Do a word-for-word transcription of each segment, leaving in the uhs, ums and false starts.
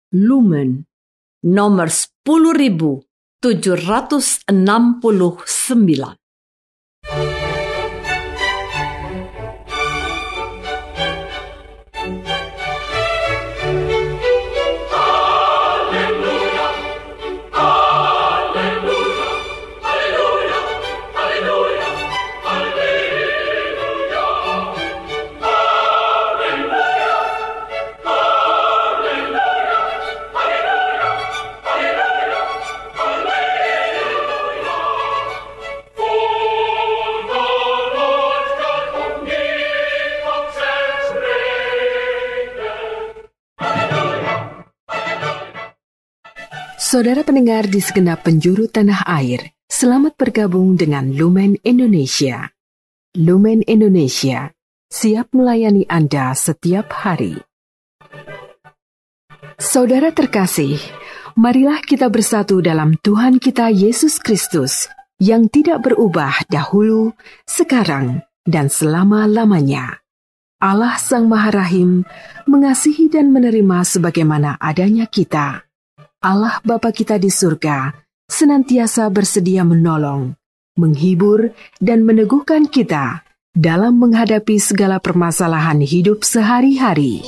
Lumen nomor sepuluh ribu tujuh ratus enam puluh sembilan. Saudara pendengar di segenap penjuru tanah air, selamat bergabung dengan Lumen Indonesia. Lumen Indonesia, siap melayani Anda setiap hari. Saudara terkasih, marilah kita bersatu dalam Tuhan kita Yesus Kristus yang tidak berubah dahulu, sekarang, dan selama-lamanya. Allah Sang Maha Rahim mengasihi dan menerima sebagaimana adanya kita. Allah Bapa kita di surga senantiasa bersedia menolong, menghibur, dan meneguhkan kita dalam menghadapi segala permasalahan hidup sehari-hari.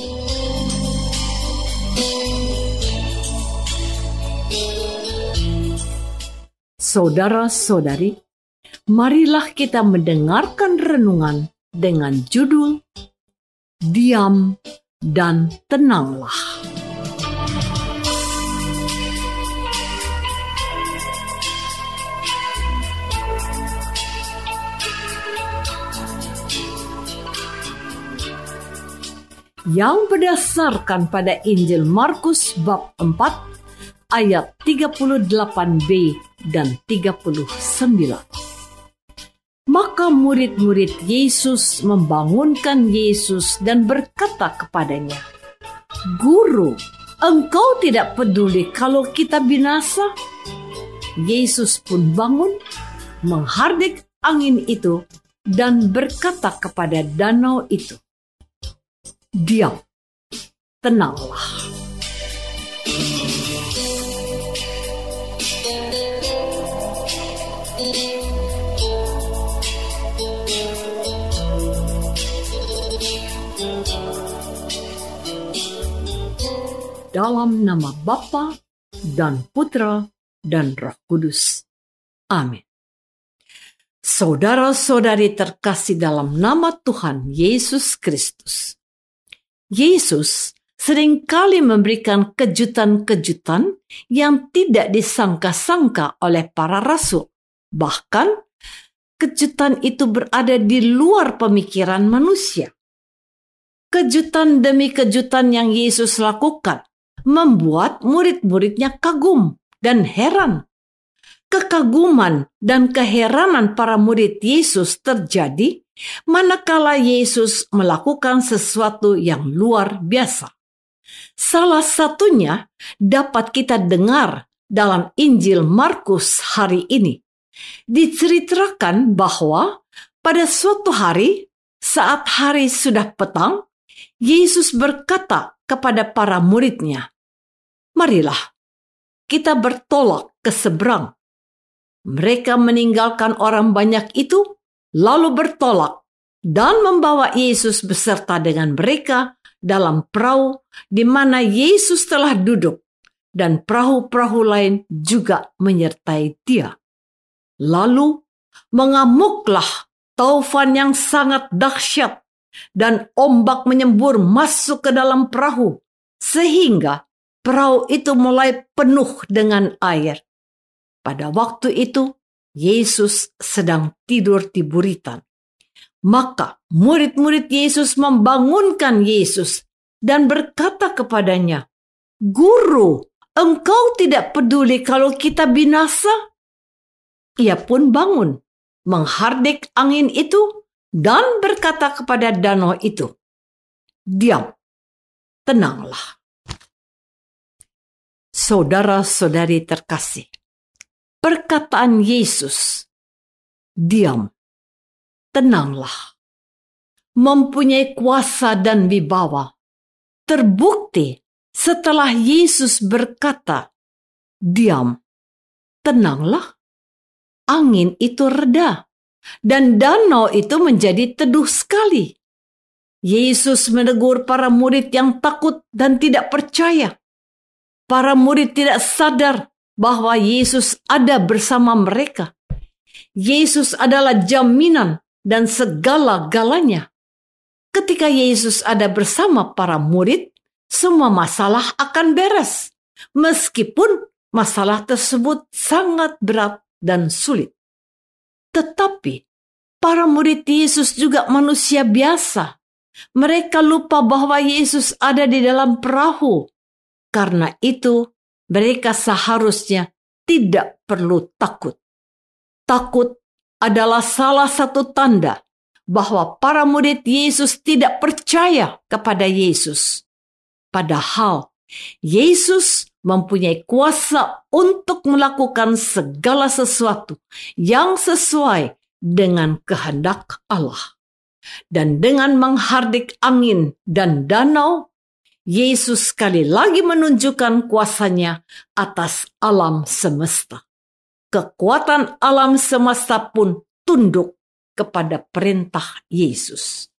Saudara-saudari, marilah kita mendengarkan renungan dengan judul Diam dan Tenanglah. Yang berdasarkan pada Injil Markus bab empat ayat tiga puluh delapan b dan tiga puluh sembilan. Maka murid-murid Yesus membangunkan Yesus dan berkata kepadanya, "Guru, engkau tidak peduli kalau kita binasa?" Yesus pun bangun, menghardik angin itu dan berkata kepada danau itu, "Diam, tenanglah." Dalam nama Bapa dan Putra dan Roh Kudus. Amin. Saudara-saudari terkasih dalam nama Tuhan Yesus Kristus. Yesus seringkali memberikan kejutan-kejutan yang tidak disangka-sangka oleh para rasul. Bahkan, kejutan itu berada di luar pemikiran manusia. Kejutan demi kejutan yang Yesus lakukan membuat murid-muridnya kagum dan heran. Kekaguman dan keheranan para murid Yesus terjadi manakala Yesus melakukan sesuatu yang luar biasa. Salah satunya dapat kita dengar dalam Injil Markus hari ini. Diceritakan bahwa pada suatu hari, saat hari sudah petang, Yesus berkata kepada para muridnya, "Marilah kita bertolak ke seberang." Mereka meninggalkan orang banyak itu, lalu bertolak dan membawa Yesus beserta dengan mereka dalam perahu di mana Yesus telah duduk, dan perahu-perahu lain juga menyertai Dia. Lalu mengamuklah taufan yang sangat dahsyat, dan ombak menyembur masuk ke dalam perahu, sehingga perahu itu mulai penuh dengan air. Pada waktu itu, Yesus sedang tidur di buritan. Maka murid-murid Yesus membangunkan Yesus dan berkata kepadanya, "Guru, engkau tidak peduli kalau kita binasa?" Ia pun bangun, menghardik angin itu, dan berkata kepada danau itu, "Diam, tenanglah." Saudara-saudari terkasih, perkataan Yesus, "Diam, tenanglah," mempunyai kuasa dan wibawa, terbukti Setelah Yesus berkata, "Diam, tenanglah," angin itu reda dan danau itu menjadi teduh sekali. Yesus menegur para murid yang takut dan tidak percaya. Para murid tidak sadar bahwa Yesus ada bersama mereka. Yesus adalah jaminan dan segala-galanya. Ketika Yesus ada bersama para murid, semua masalah akan beres, meskipun masalah tersebut sangat berat dan sulit. Tetapi para murid Yesus juga manusia biasa. Mereka lupa bahwa Yesus ada di dalam perahu. Karena itu, mereka seharusnya tidak perlu takut. Takut adalah salah satu tanda bahwa para murid Yesus tidak percaya kepada Yesus. Padahal Yesus mempunyai kuasa untuk melakukan segala sesuatu yang sesuai dengan kehendak Allah. Dan dengan menghardik angin dan danau, Yesus sekali lagi menunjukkan kuasanya atas alam semesta. Kekuatan alam semesta pun tunduk kepada perintah Yesus.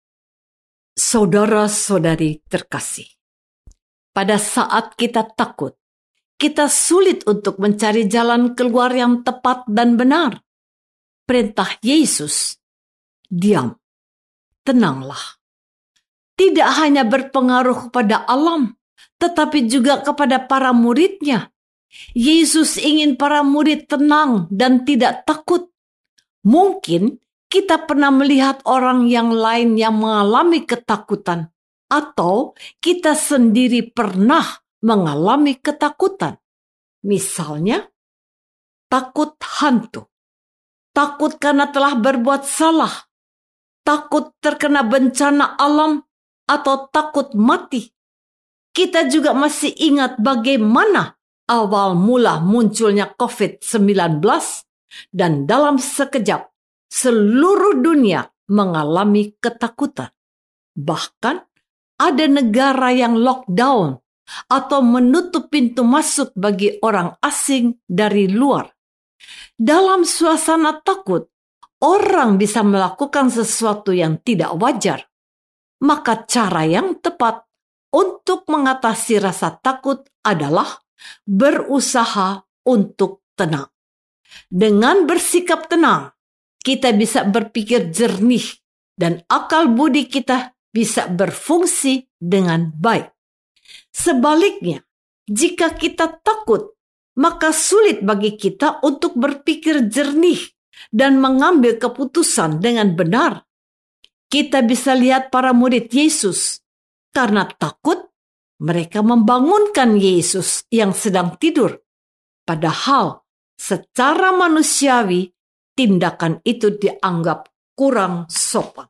Saudara-saudari terkasih, pada saat kita takut, kita sulit untuk mencari jalan keluar yang tepat dan benar. Perintah Yesus, "Diam, tenanglah," tidak hanya berpengaruh kepada alam, tetapi juga kepada para muridnya. Yesus ingin para murid tenang dan tidak takut. Mungkin kita pernah melihat orang yang lain yang mengalami ketakutan, atau kita sendiri pernah mengalami ketakutan. Misalnya, takut hantu, takut karena telah berbuat salah, takut terkena bencana alam, atau takut mati. Kita juga masih ingat bagaimana awal mula munculnya covid sembilan belas dan dalam sekejap seluruh dunia mengalami ketakutan. Bahkan ada negara yang lockdown atau menutup pintu masuk bagi orang asing dari luar. Dalam suasana takut, orang bisa melakukan sesuatu yang tidak wajar. Maka cara yang tepat untuk mengatasi rasa takut adalah berusaha untuk tenang. Dengan bersikap tenang, kita bisa berpikir jernih dan akal budi kita bisa berfungsi dengan baik. Sebaliknya, jika kita takut, maka sulit bagi kita untuk berpikir jernih dan mengambil keputusan dengan benar. Kita bisa lihat para murid Yesus. Karena takut, mereka membangunkan Yesus yang sedang tidur. Padahal secara manusiawi, tindakan itu dianggap kurang sopan.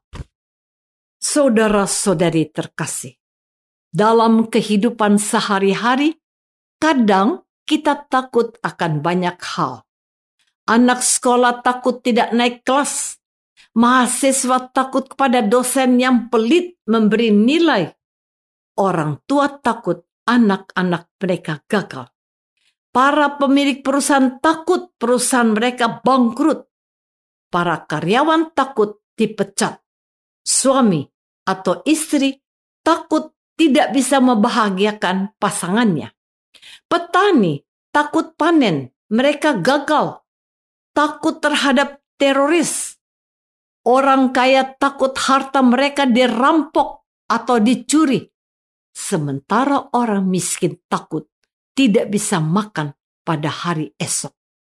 Saudara-saudari terkasih, dalam kehidupan sehari-hari, kadang kita takut akan banyak hal. Anak sekolah takut tidak naik kelas. Mahasiswa takut kepada dosen yang pelit memberi nilai. Orang tua takut anak-anak mereka gagal. Para pemilik perusahaan takut perusahaan mereka bangkrut. Para karyawan takut dipecat. Suami atau istri takut tidak bisa membahagiakan pasangannya. Petani takut panen, mereka gagal. Takut terhadap teroris. Orang kaya takut harta mereka dirampok atau dicuri. Sementara orang miskin takut tidak bisa makan pada hari esok.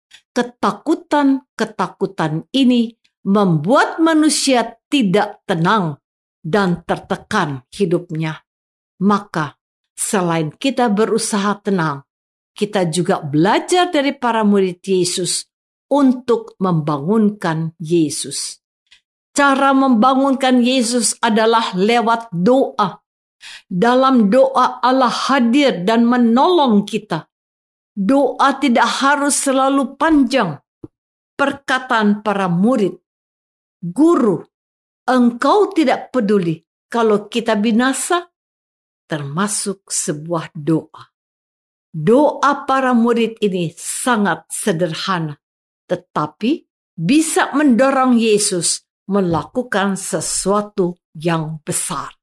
Ketakutan-ketakutan ini membuat manusia tidak tenang dan tertekan hidupnya. Maka, selain kita berusaha tenang, kita juga belajar dari para murid Yesus untuk membangunkan Yesus. Cara membangunkan Yesus adalah lewat doa. Dalam doa Allah hadir dan menolong kita. Doa tidak harus selalu panjang. Perkataan para murid, "Guru, Engkau tidak peduli kalau kita binasa?" termasuk sebuah doa. Doa para murid ini sangat sederhana, tetapi bisa mendorong Yesus melakukan sesuatu yang besar.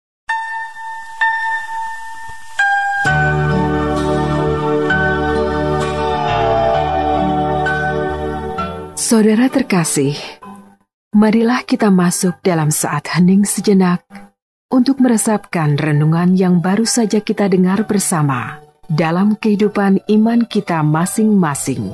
Saudara terkasih, marilah kita masuk dalam saat hening sejenak untuk meresapkan renungan yang baru saja kita dengar bersama dalam kehidupan iman kita masing-masing.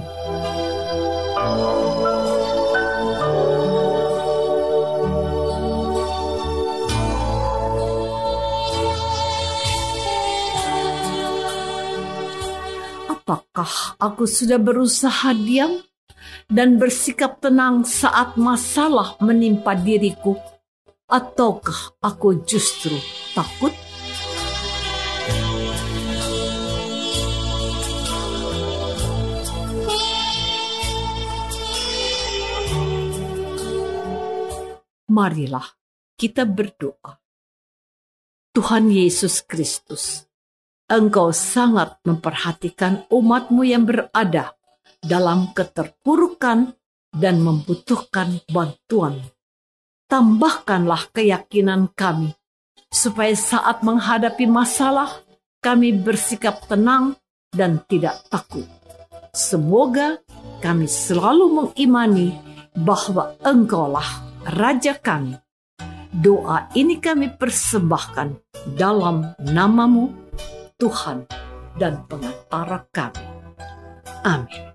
Apakah aku sudah berusaha diam dan bersikap tenang saat masalah menimpa diriku? Ataukah aku justru takut? Marilah kita berdoa. Tuhan Yesus Kristus, Engkau sangat memperhatikan umat-Mu yang berada dalam keterpurukan dan membutuhkan bantuan. Tambahkanlah keyakinan kami, supaya saat menghadapi masalah, kami bersikap tenang dan tidak takut. Semoga kami selalu mengimani bahwa Engkaulah Raja kami. Doa ini kami persembahkan dalam nama-Mu, Tuhan dan Pengantara kami. Amin.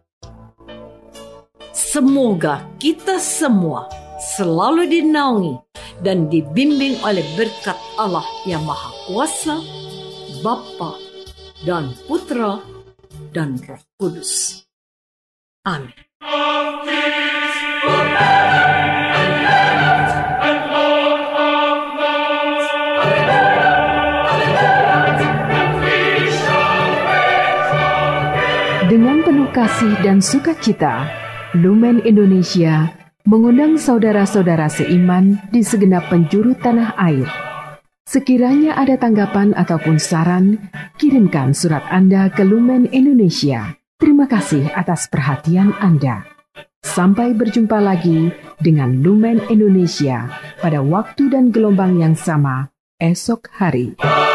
Semoga kita semua selalu dinaungi dan dibimbing oleh berkat Allah yang Maha Kuasa, Bapa dan Putra dan Roh Kudus. Amin. Dengan penuh kasih dan sukacita, Lumen Indonesia mengundang saudara-saudara seiman di segenap penjuru tanah air. Sekiranya ada tanggapan ataupun saran, kirimkan surat Anda ke Lumen Indonesia. Terima kasih atas perhatian Anda. Sampai berjumpa lagi dengan Lumen Indonesia pada waktu dan gelombang yang sama esok hari.